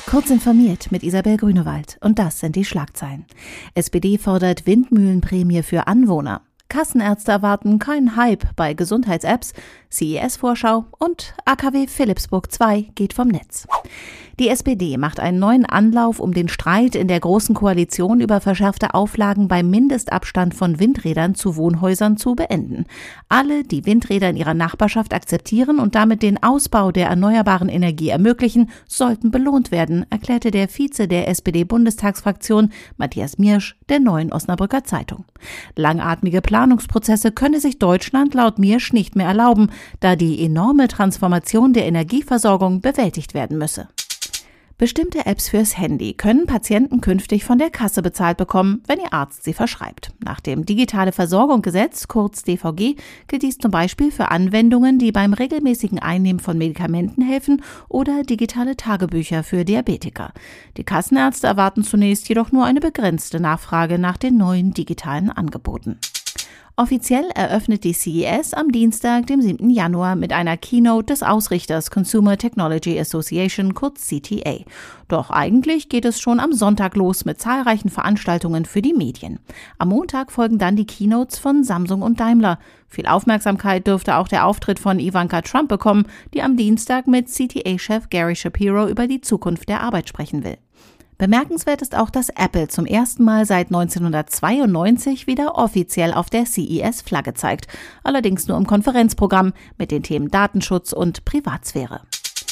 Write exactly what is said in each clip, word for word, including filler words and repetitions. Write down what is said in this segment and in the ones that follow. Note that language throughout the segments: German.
Kurz informiert mit Isabel Grünewald. Und das sind die Schlagzeilen. S P D fordert Windmühlenprämie für Anwohner. Kassenärzte erwarten keinen Hype bei Gesundheits-Apps. C E S-Vorschau und A K W Philipsburg zwei geht vom Netz. Die S P D macht einen neuen Anlauf, um den Streit in der Großen Koalition über verschärfte Auflagen beim Mindestabstand von Windrädern zu Wohnhäusern zu beenden. Alle, die Windräder in ihrer Nachbarschaft akzeptieren und damit den Ausbau der erneuerbaren Energie ermöglichen, sollten belohnt werden, erklärte der Vize der S P D-Bundestagsfraktion Matthias Miersch der Neuen Osnabrücker Zeitung. Langatmige Planungsprozesse könne sich Deutschland laut Miersch nicht mehr erlauben, da die enorme Transformation der Energieversorgung bewältigt werden müsse. Bestimmte Apps fürs Handy können Patienten künftig von der Kasse bezahlt bekommen, wenn ihr Arzt sie verschreibt. Nach dem Digitale Versorgung-Gesetz, kurz D V G, gilt dies zum Beispiel für Anwendungen, die beim regelmäßigen Einnehmen von Medikamenten helfen oder digitale Tagebücher für Diabetiker. Die Kassenärzte erwarten zunächst jedoch nur eine begrenzte Nachfrage nach den neuen digitalen Angeboten. Offiziell eröffnet die C E S am Dienstag, dem siebten Januar, mit einer Keynote des Ausrichters Consumer Technology Association, kurz C T A. Doch eigentlich geht es schon am Sonntag los mit zahlreichen Veranstaltungen für die Medien. Am Montag folgen dann die Keynotes von Samsung und Daimler. Viel Aufmerksamkeit dürfte auch der Auftritt von Ivanka Trump bekommen, die am Dienstag mit C T A-Chef Gary Shapiro über die Zukunft der Arbeit sprechen will. Bemerkenswert ist auch, dass Apple zum ersten Mal seit neunzehnhundertzweiundneunzig wieder offiziell auf der C E S Flagge zeigt, allerdings nur im Konferenzprogramm mit den Themen Datenschutz und Privatsphäre.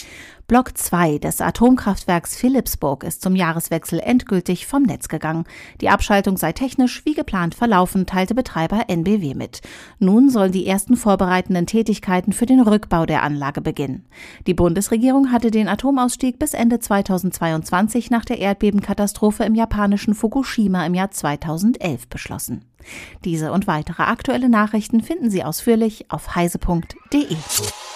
Block zwei des Atomkraftwerks Philipsburg ist zum Jahreswechsel endgültig vom Netz gegangen. Die Abschaltung sei technisch wie geplant verlaufen, teilte Betreiber N B W mit. Nun sollen die ersten vorbereitenden Tätigkeiten für den Rückbau der Anlage beginnen. Die Bundesregierung hatte den Atomausstieg bis Ende zweitausendzweiundzwanzig nach der Erdbebenkatastrophe im japanischen Fukushima im Jahr zweitausendelf beschlossen. Diese und weitere aktuelle Nachrichten finden Sie ausführlich auf heise punkt de.